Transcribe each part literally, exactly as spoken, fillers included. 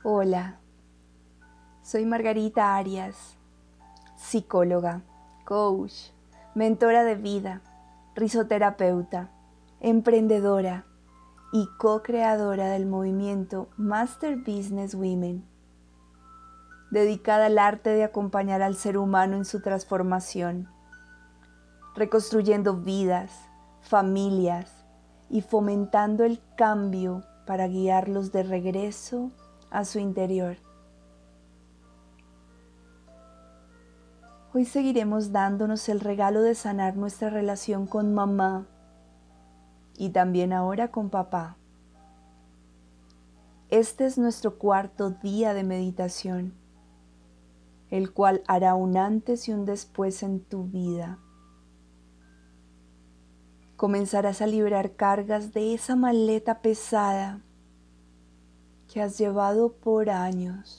Hola, soy Margarita Arias, psicóloga, coach, mentora de vida, risoterapeuta, emprendedora y co-creadora del movimiento Master Business Women, dedicada al arte de acompañar al ser humano en su transformación, reconstruyendo vidas, familias y fomentando el cambio para guiarlos de regreso a su interior. Hoy seguiremos dándonos el regalo de sanar nuestra relación con mamá y también ahora con papá. Este es nuestro cuarto día de meditación, el cual hará un antes y un después en tu vida. Comenzarás a liberar cargas de esa maleta pesada que has llevado por años.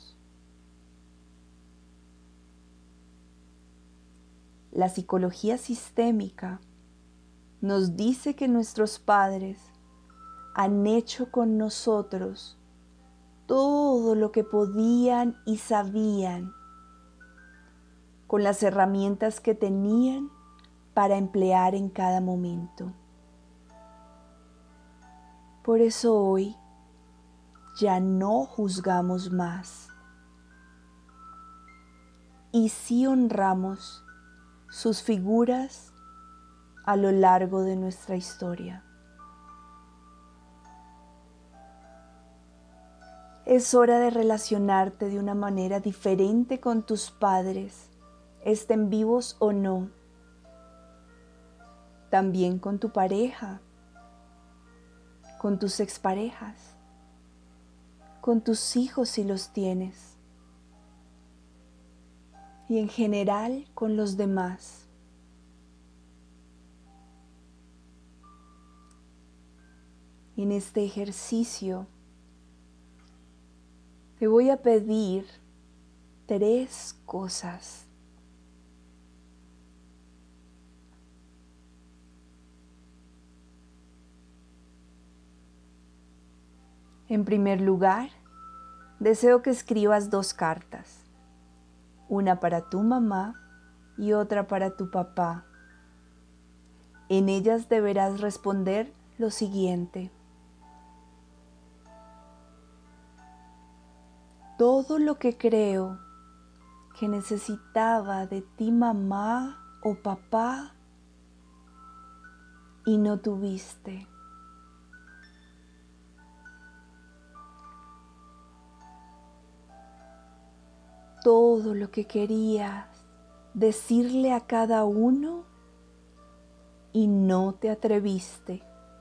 La psicología sistémica nos dice que nuestros padres han hecho con nosotros todo lo que podían y sabían con las herramientas que tenían para emplear en cada momento. Por eso hoy ya no juzgamos más y sí honramos sus figuras a lo largo de nuestra historia. Es hora de relacionarte de una manera diferente con tus padres, estén vivos o no. También con tu pareja, con tus exparejas, con tus hijos si los tienes, y en general con los demás. En este ejercicio te voy a pedir tres cosas. En primer lugar, deseo que escribas dos cartas, una para tu mamá y otra para tu papá. En ellas deberás responder lo siguiente: todo lo que creo que necesitaba de ti mamá o papá y no tuviste. Todo lo que querías decirle a cada uno y no te atreviste.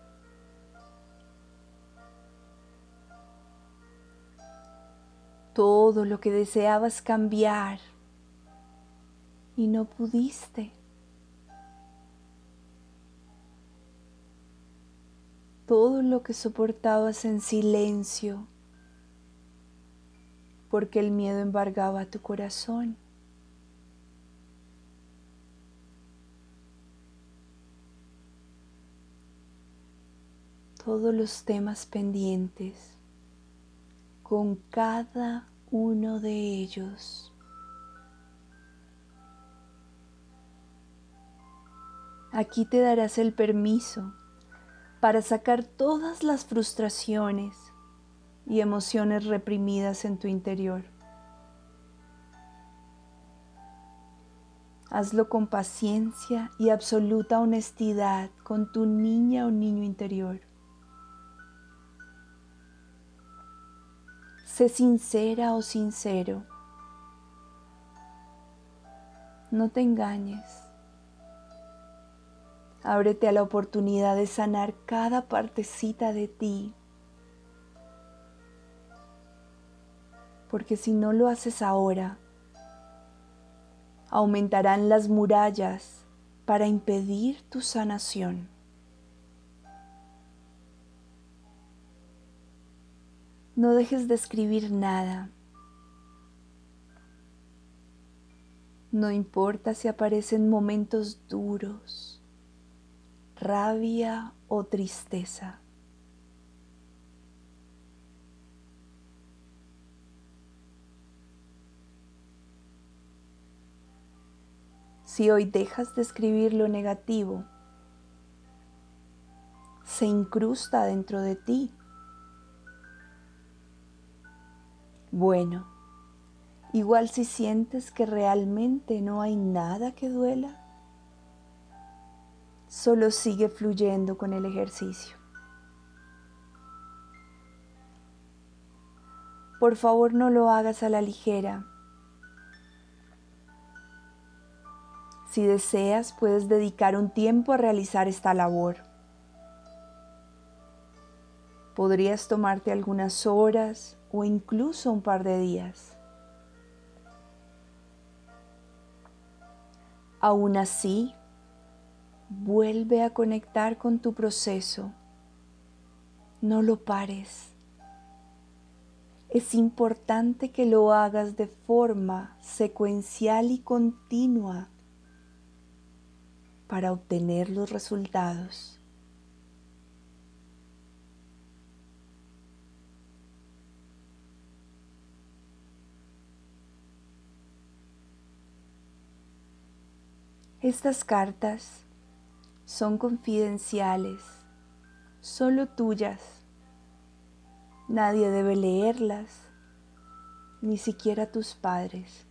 Todo lo que deseabas cambiar y no pudiste. Todo lo que soportabas en silencio porque el miedo embargaba tu corazón. Todos los temas pendientes con cada uno de ellos. Aquí te darás el permiso para sacar todas las frustraciones y emociones reprimidas en tu interior. Hazlo con paciencia y absoluta honestidad con tu niña o niño interior. Sé sincera o sincero. No te engañes. Ábrete a la oportunidad de sanar cada partecita de ti. Porque si no lo haces ahora, aumentarán las murallas para impedir tu sanación. No dejes de escribir nada. No importa si aparecen momentos duros, rabia o tristeza. Si hoy dejas de escribir lo negativo, se incrusta dentro de ti. Bueno, igual si sientes que realmente no hay nada que duela, solo sigue fluyendo con el ejercicio. Por favor, no lo hagas a la ligera. Si deseas, puedes dedicar un tiempo a realizar esta labor. Podrías tomarte algunas horas o incluso un par de días. Aún así, vuelve a conectar con tu proceso. No lo pares. Es importante que lo hagas de forma secuencial y continua para obtener los resultados. Estas cartas son confidenciales, solo tuyas. Nadie debe leerlas, ni siquiera tus padres.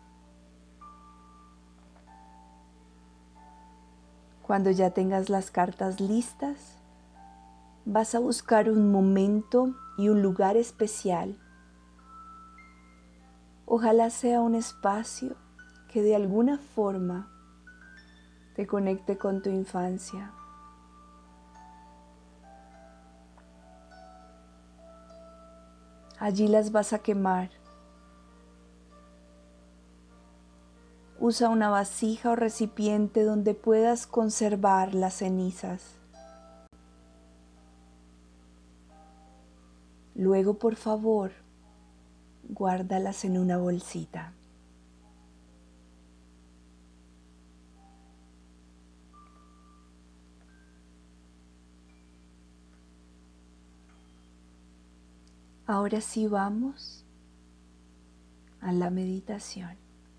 Cuando ya tengas las cartas listas, vas a buscar un momento y un lugar especial. Ojalá sea un espacio que de alguna forma te conecte con tu infancia. Allí las vas a quemar. Usa una vasija o recipiente donde puedas conservar las cenizas. Luego, por favor, guárdalas en una bolsita. Ahora sí vamos a la meditación.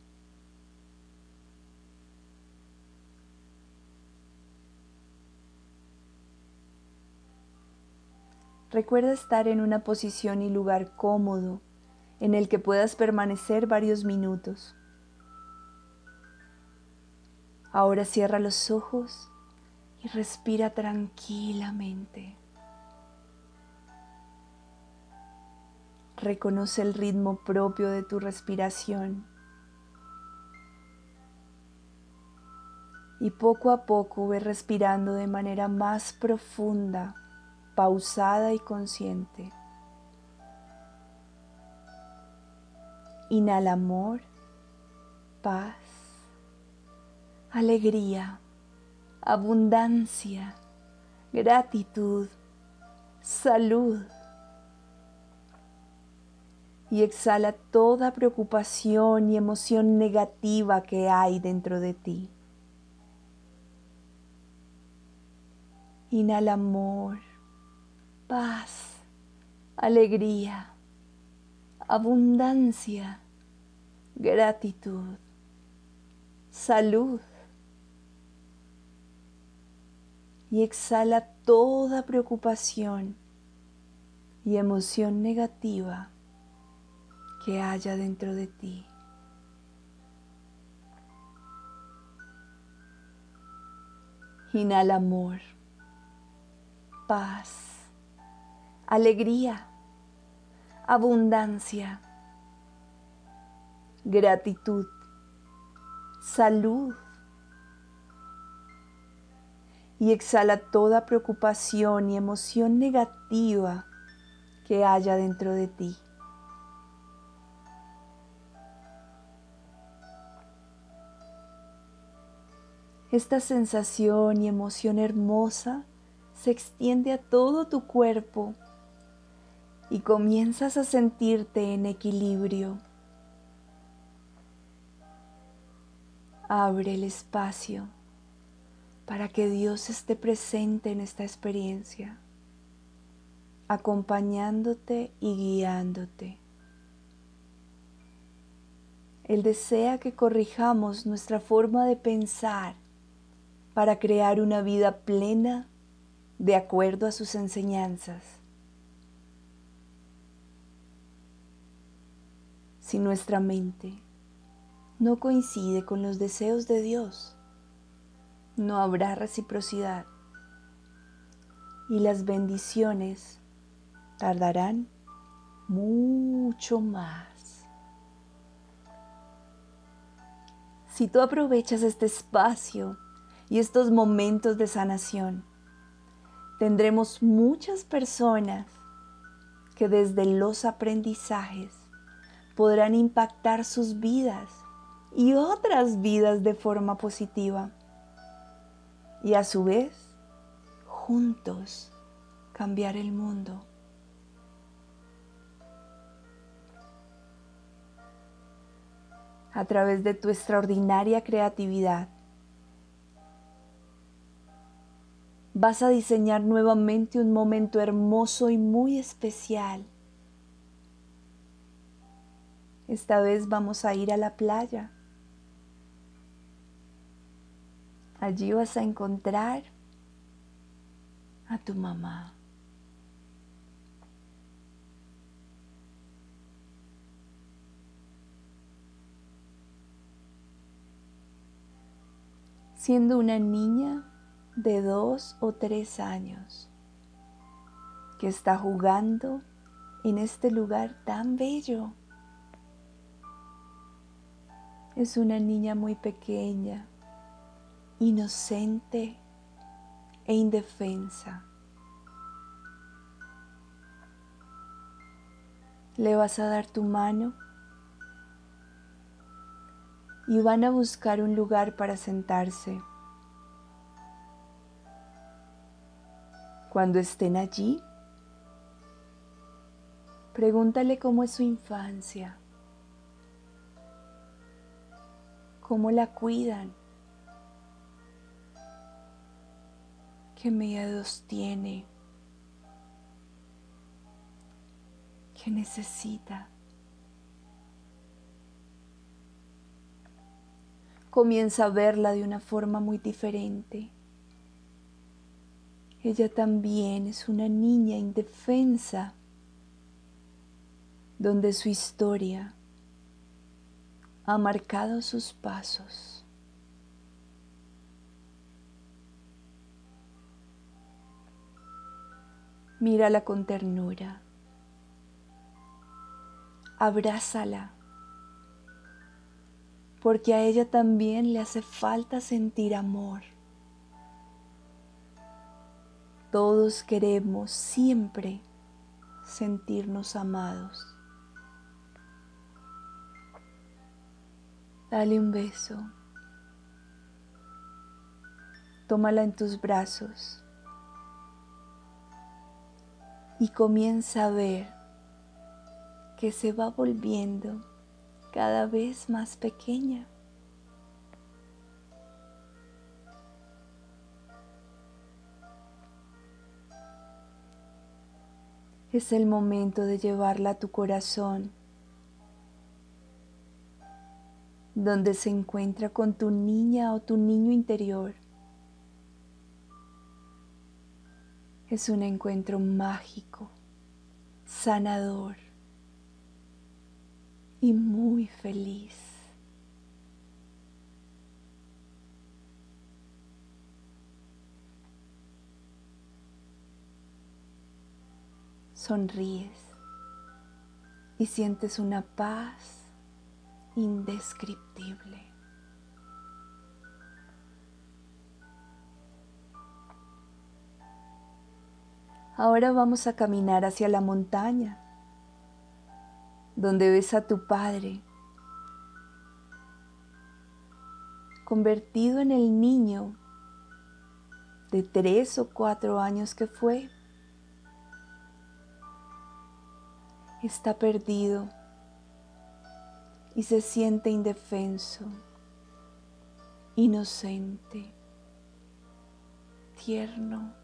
Recuerda estar en una posición y lugar cómodo en el que puedas permanecer varios minutos. Ahora cierra los ojos y respira tranquilamente. Reconoce el ritmo propio de tu respiración y poco a poco ve respirando de manera más profunda, pausada y consciente. Inhala amor, paz, alegría, abundancia, gratitud, salud. Y exhala toda preocupación y emoción negativa que hay dentro de ti. Inhala amor, paz, alegría, abundancia, gratitud, salud. Y exhala toda preocupación y emoción negativa que haya dentro de ti. Inhala amor, paz, alegría, abundancia, gratitud, salud. Y exhala toda preocupación y emoción negativa que haya dentro de ti. Esta sensación y emoción hermosa se extiende a todo tu cuerpo y comienzas a sentirte en equilibrio. Abre el espacio para que Dios esté presente en esta experiencia, acompañándote y guiándote. Él desea que corrijamos nuestra forma de pensar para crear una vida plena de acuerdo a sus enseñanzas. Si nuestra mente no coincide con los deseos de Dios, no habrá reciprocidad y las bendiciones tardarán mucho más. Si tú aprovechas este espacio y estos momentos de sanación, tendremos muchas personas que desde los aprendizajes podrán impactar sus vidas y otras vidas de forma positiva. Y a su vez, juntos, cambiar el mundo. A través de tu extraordinaria creatividad, vas a diseñar nuevamente un momento hermoso y muy especial. Esta vez vamos a ir a la playa. Allí vas a encontrar a tu mamá. Siendo una niña de dos o tres años que está jugando en este lugar tan bello. Es una niña muy pequeña, inocente e indefensa. Le vas a dar tu mano y van a buscar un lugar para sentarse. Cuando estén allí, pregúntale cómo es su infancia, cómo la cuidan, qué miedos tiene, qué necesita. Comienza a verla de una forma muy diferente. Ella también es una niña indefensa, donde su historia ha marcado sus pasos. Mírala con ternura, abrázala, porque a ella también le hace falta sentir amor. Todos queremos siempre sentirnos amados. Dale un beso. Tómala en tus brazos y comienza a ver que se va volviendo cada vez más pequeña. Es el momento de llevarla a tu corazón, donde se encuentra con tu niña o tu niño interior. Es un encuentro mágico, sanador y muy feliz. Sonríes y sientes una paz indescriptible. Ahora vamos a caminar hacia la montaña, donde ves a tu padre convertido en el niño de tres o cuatro años que fue. Está perdido y se siente indefenso, inocente, tierno.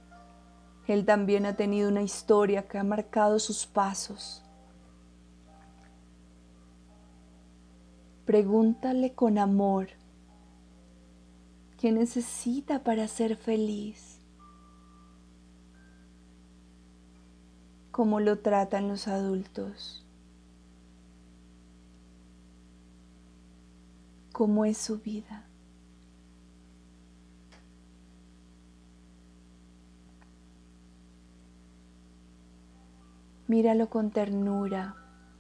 Él también ha tenido una historia que ha marcado sus pasos. Pregúntale con amor qué necesita para ser feliz, cómo lo tratan los adultos, cómo es su vida. Míralo con ternura,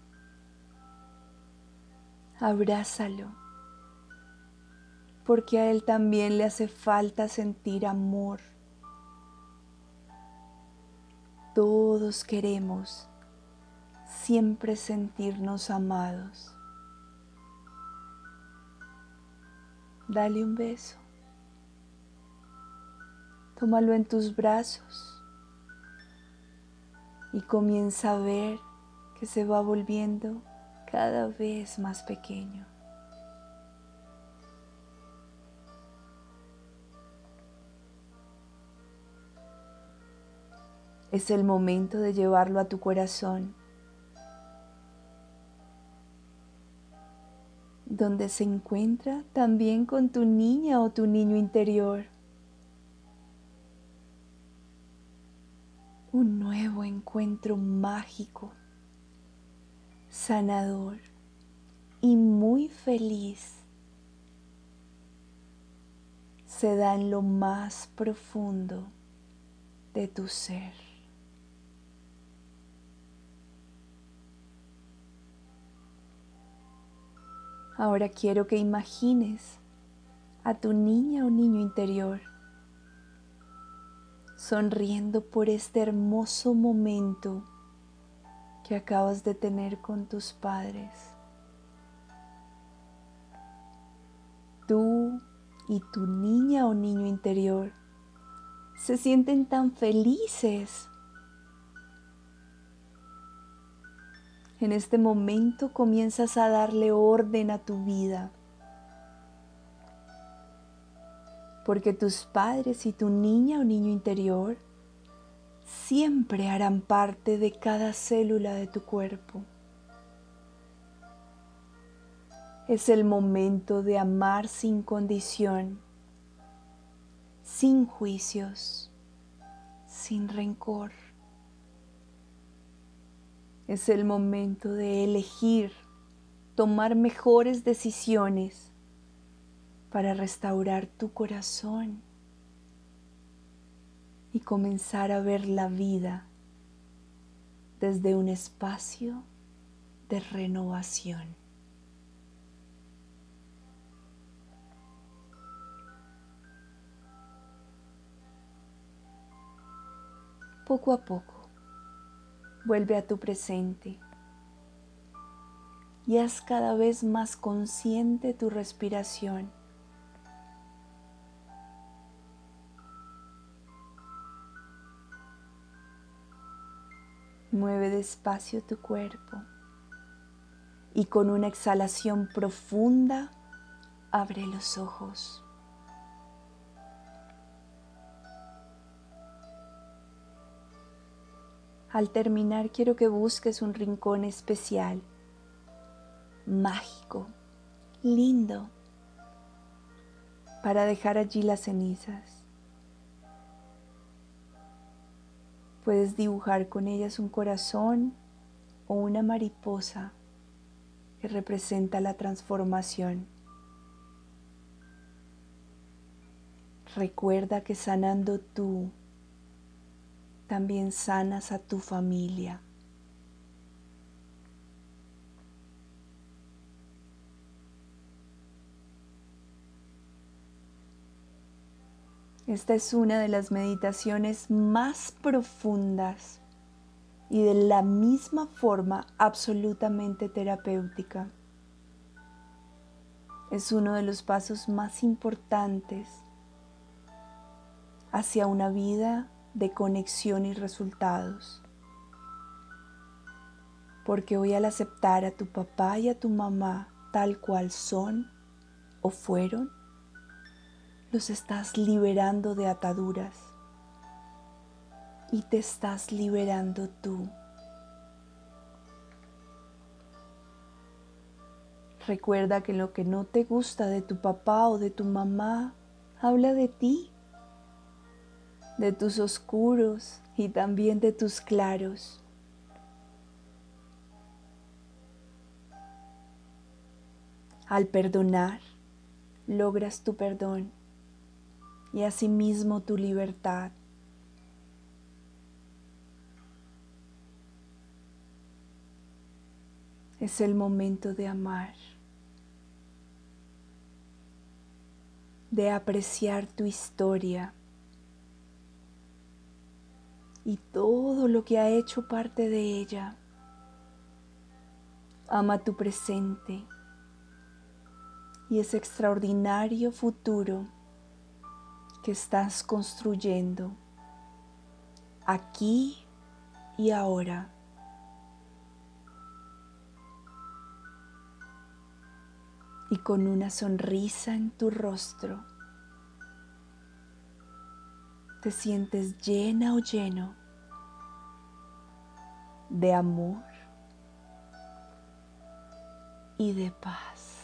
abrázalo, porque a él también le hace falta sentir amor. Todos queremos siempre sentirnos amados. Dale un beso, tómalo en tus brazos y comienza a ver que se va volviendo cada vez más pequeño. Es el momento de llevarlo a tu corazón, donde se encuentra también con tu niña o tu niño interior. Un nuevo encuentro mágico, sanador y muy feliz se da en lo más profundo de tu ser. Ahora quiero que imagines a tu niña o niño interior sonriendo por este hermoso momento que acabas de tener con tus padres. Tú y tu niña o niño interior se sienten tan felices. En este momento comienzas a darle orden a tu vida, porque tus padres y tu niña o niño interior siempre harán parte de cada célula de tu cuerpo. Es el momento de amar sin condición, sin juicios, sin rencor. Es el momento de elegir tomar mejores decisiones para restaurar tu corazón y comenzar a ver la vida desde un espacio de renovación. Poco a poco, vuelve a tu presente y haz cada vez más consciente tu respiración. Mueve despacio tu cuerpo y con una exhalación profunda, abre los ojos. Al terminar, quiero que busques un rincón especial, mágico, lindo, para dejar allí las cenizas. Puedes dibujar con ellas un corazón o una mariposa que representa la transformación. Recuerda que sanando tú, también sanas a tu familia. Esta es una de las meditaciones más profundas y de la misma forma absolutamente terapéutica. Es uno de los pasos más importantes hacia una vida de conexión y resultados. Porque hoy, al aceptar a tu papá y a tu mamá tal cual son o fueron, los estás liberando de ataduras y te estás liberando tú. Recuerda que lo que no te gusta de tu papá o de tu mamá habla de ti, de tus oscuros y también de tus claros. Al perdonar, logras tu perdón y asimismo tu libertad. Es el momento de amar, de apreciar tu historia y todo lo que ha hecho parte de ella. Ama tu presente y ese extraordinario futuro que estás construyendo aquí y ahora. Y con una sonrisa en tu rostro, te sientes llena o lleno de amor y de paz.